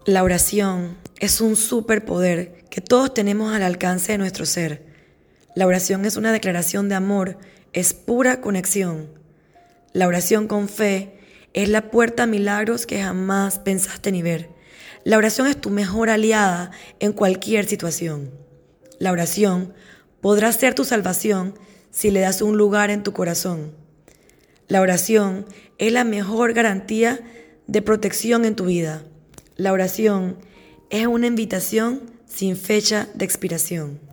La oración es un superpoder que todos tenemos al alcance de nuestro ser. La oración es una declaración de amor, es pura conexión. La oración con fe es la puerta a milagros que jamás pensaste ni ver. La oración es tu mejor aliada en cualquier situación. La oración podrá ser tu salvación si le das un lugar en tu corazón. La oración es la mejor garantía de protección en tu vida. La oración es una invitación sin fecha de expiración.